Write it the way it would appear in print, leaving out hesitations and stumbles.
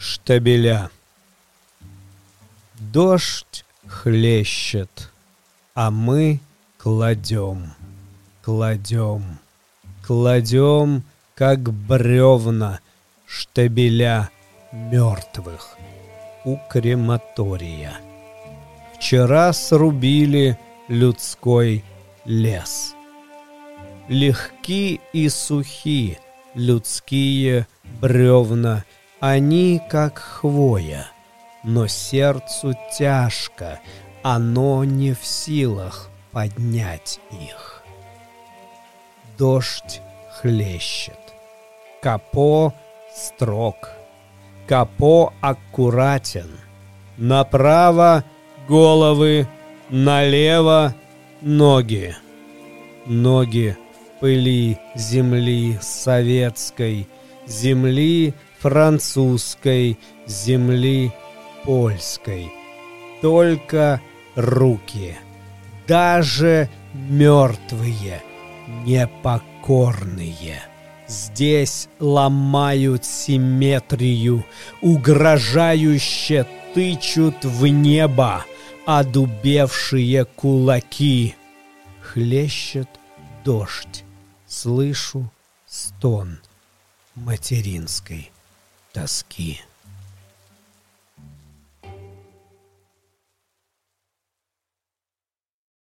штабеля. Дождь хлещет, а мы кладем, кладем, кладем, как бревна, штабеля мертвых у крематория. Вчера срубили людской лес. Легки и сухи людские бревна, они как хвоя, но сердцу тяжко, оно не в силах поднять их. Дождь хлещет, капо строг, капо аккуратен, направо головы, налево ноги. Ноги в пыли земли советской, земли французской, земли польской. Только руки, даже мертвые, непокорные, здесь ломают симметрию, угрожающе тычут в небо одубевшие кулаки. Хлещет дождь, слышу стон материнской тоски.